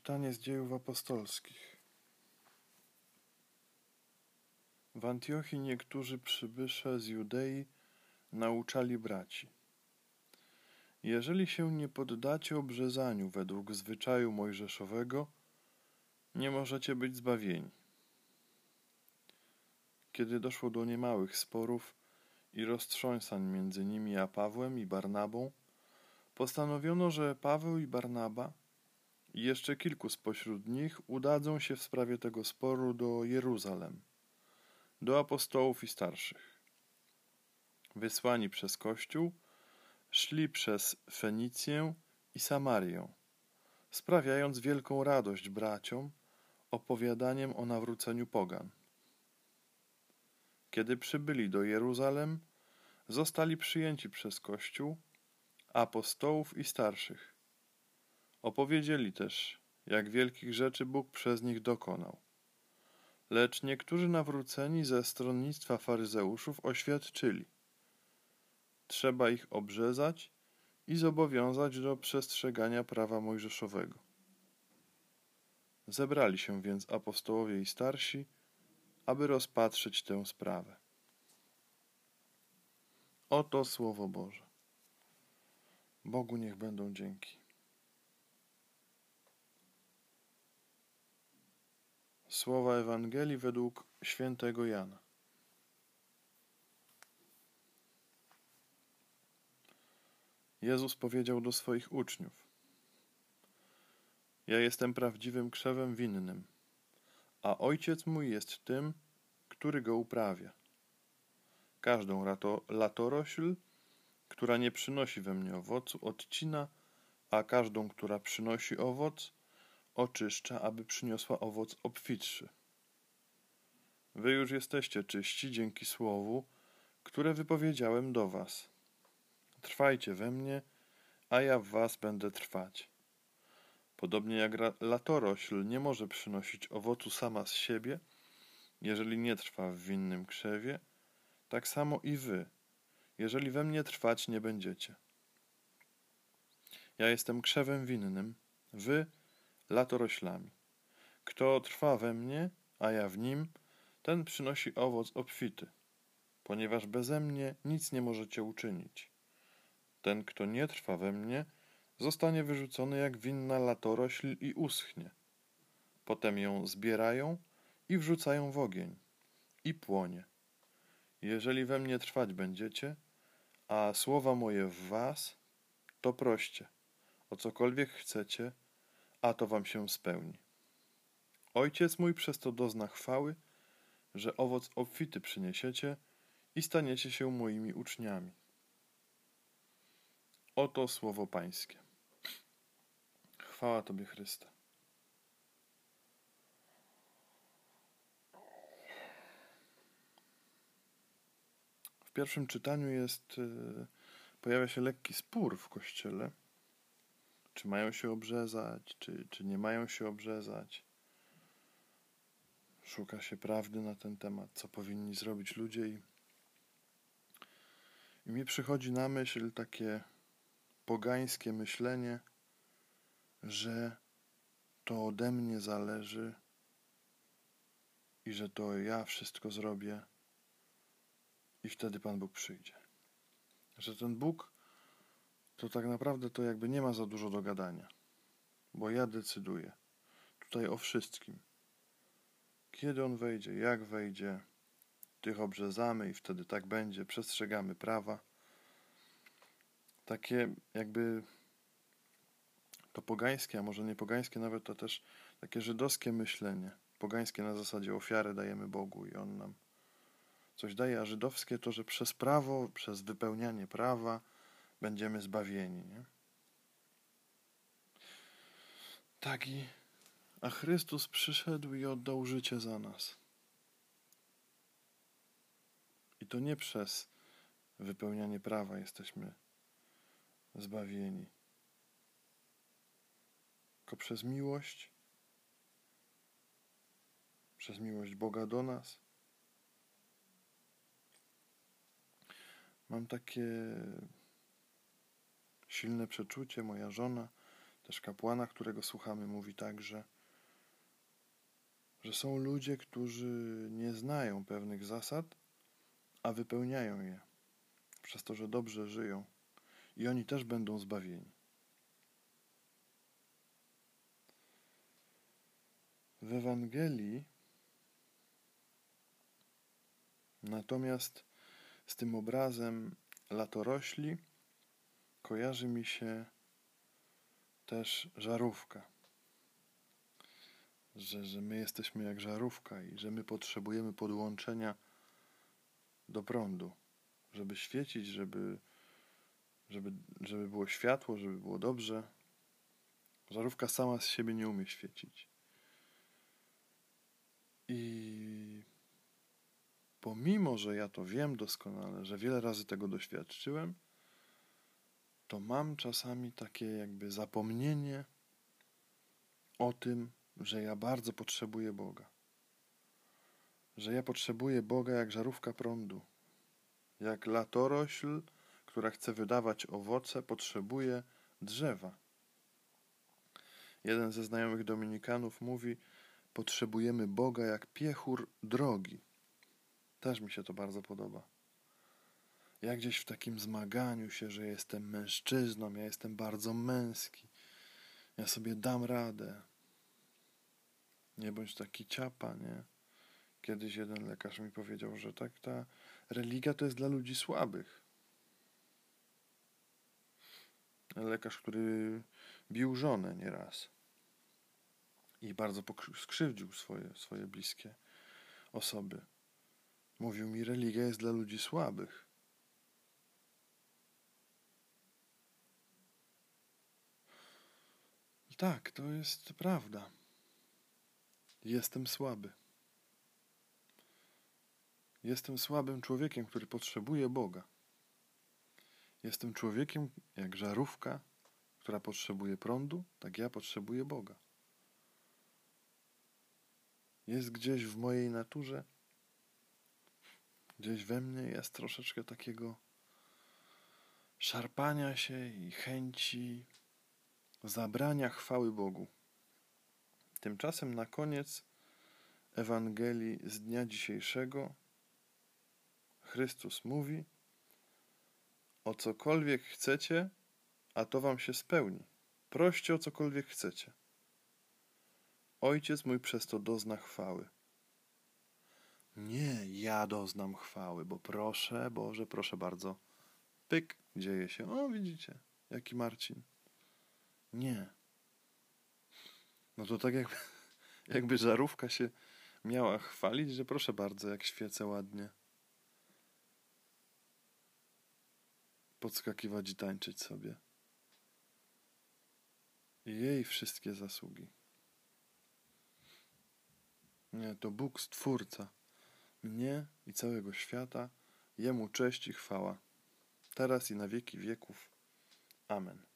Czytanie z Dziejów Apostolskich. W Antiochii niektórzy przybysze z Judei nauczali braci: jeżeli się nie poddacie obrzezaniu według zwyczaju mojżeszowego, nie możecie być zbawieni. Kiedy doszło do niemałych sporów i roztrząsań między nimi a Pawłem i Barnabą, postanowiono, że Paweł i Barnaba i jeszcze kilku spośród nich udadzą się w sprawie tego sporu do Jeruzalem, do apostołów i starszych. Wysłani przez Kościół, szli przez Fenicję i Samarię, sprawiając wielką radość braciom opowiadaniem o nawróceniu pogan. Kiedy przybyli do Jeruzalem, zostali przyjęci przez Kościół, apostołów i starszych. Opowiedzieli też, jak wielkich rzeczy Bóg przez nich dokonał. Lecz niektórzy nawróceni ze stronnictwa faryzeuszów oświadczyli: trzeba ich obrzezać i zobowiązać do przestrzegania prawa mojżeszowego. Zebrali się więc apostołowie i starsi, aby rozpatrzyć tę sprawę. Oto Słowo Boże. Bogu niech będą dzięki. Słowa Ewangelii według świętego Jana. Jezus powiedział do swoich uczniów: ja jestem prawdziwym krzewem winnym, a Ojciec mój jest tym, który go uprawia. Każdą latorośl, która nie przynosi we mnie owocu, odcina, a każdą, która przynosi owoc, oczyszcza, aby przyniosła owoc obfitszy. Wy już jesteście czyści dzięki słowu, które wypowiedziałem do was. Trwajcie we mnie, a ja w was będę trwać. Podobnie jak latorośl nie może przynosić owocu sama z siebie, jeżeli nie trwa w winnym krzewie, tak samo i wy, jeżeli we mnie trwać nie będziecie. Ja jestem krzewem winnym, wy latoroślami. Kto trwa we mnie, a ja w nim, ten przynosi owoc obfity, ponieważ beze mnie nic nie możecie uczynić. Ten, kto nie trwa we mnie, zostanie wyrzucony jak winna latorośl i uschnie. Potem ją zbierają i wrzucają w ogień i płonie. Jeżeli we mnie trwać będziecie, a słowa moje w was, to proście o cokolwiek chcecie, a to wam się spełni. Ojciec mój przez to dozna chwały, że owoc obfity przyniesiecie i staniecie się moimi uczniami. Oto słowo Pańskie. Chwała Tobie, Chryste. W pierwszym czytaniu pojawia się lekki spór w Kościele. Czy mają się obrzezać, czy nie mają się obrzezać. Szuka się prawdy na ten temat, co powinni zrobić ludzie. I mi przychodzi na myśl takie pogańskie myślenie, że to ode mnie zależy i że to ja wszystko zrobię i wtedy Pan Bóg przyjdzie. Że ten Bóg to tak naprawdę to jakby nie ma za dużo do gadania, bo ja decyduję tutaj o wszystkim. Kiedy On wejdzie, jak wejdzie, tych obrzezamy i wtedy tak będzie, przestrzegamy prawa. Takie jakby to pogańskie, a może nie pogańskie, nawet to też takie żydowskie myślenie. Pogańskie na zasadzie ofiarę dajemy Bogu i On nam coś daje, a żydowskie to, że przez prawo, przez wypełnianie prawa będziemy zbawieni. Nie? A Chrystus przyszedł i oddał życie za nas. I to nie przez wypełnianie prawa jesteśmy zbawieni, tylko przez miłość Boga do nas. Mam takie silne przeczucie, moja żona też kapłana, którego słuchamy, mówi tak, że są ludzie, którzy nie znają pewnych zasad, a wypełniają je przez to, że dobrze żyją i oni też będą zbawieni. W Ewangelii natomiast z tym obrazem latorośli kojarzy mi się też żarówka. Że my jesteśmy jak żarówka i że my potrzebujemy podłączenia do prądu, żeby świecić, żeby było światło, żeby było dobrze. Żarówka sama z siebie nie umie świecić. I pomimo, że ja to wiem doskonale, że wiele razy tego doświadczyłem, to mam czasami takie jakby zapomnienie o tym, że ja bardzo potrzebuję Boga. Że ja potrzebuję Boga jak żarówka prądu. Jak latorośl, która chce wydawać owoce, potrzebuje drzewa. Jeden ze znajomych dominikanów mówi, potrzebujemy Boga jak piechur drogi. Też mi się to bardzo podoba. Ja gdzieś w takim zmaganiu się, że jestem mężczyzną, ja jestem bardzo męski. Ja sobie dam radę. Nie bądź taki ciapa, nie? Kiedyś jeden lekarz mi powiedział, że tak, ta religia to jest dla ludzi słabych. Lekarz, który bił żonę nieraz i bardzo skrzywdził swoje bliskie osoby. Mówił mi, religia jest dla ludzi słabych. I tak, to jest prawda. Jestem słaby. Jestem słabym człowiekiem, który potrzebuje Boga. Jestem człowiekiem jak żarówka, która potrzebuje prądu, tak ja potrzebuję Boga. Jest gdzieś w mojej naturze, gdzieś we mnie jest troszeczkę takiego szarpania się i chęci zabrania chwały Bogu. Tymczasem na koniec Ewangelii z dnia dzisiejszego Chrystus mówi: o cokolwiek chcecie, a to wam się spełni. Proście o cokolwiek chcecie. Ojciec mój przez to dozna chwały. Nie, ja doznam chwały, bo proszę, Boże, proszę bardzo. Pyk, dzieje się. O, widzicie, jaki Marcin. Nie. No to tak jakby żarówka się miała chwalić, że proszę bardzo, jak świecę ładnie. Podskakiwać i tańczyć sobie. I jej wszystkie zasługi. Nie, to Bóg Stwórca mnie i całego świata, Jemu cześć i chwała, teraz i na wieki wieków. Amen.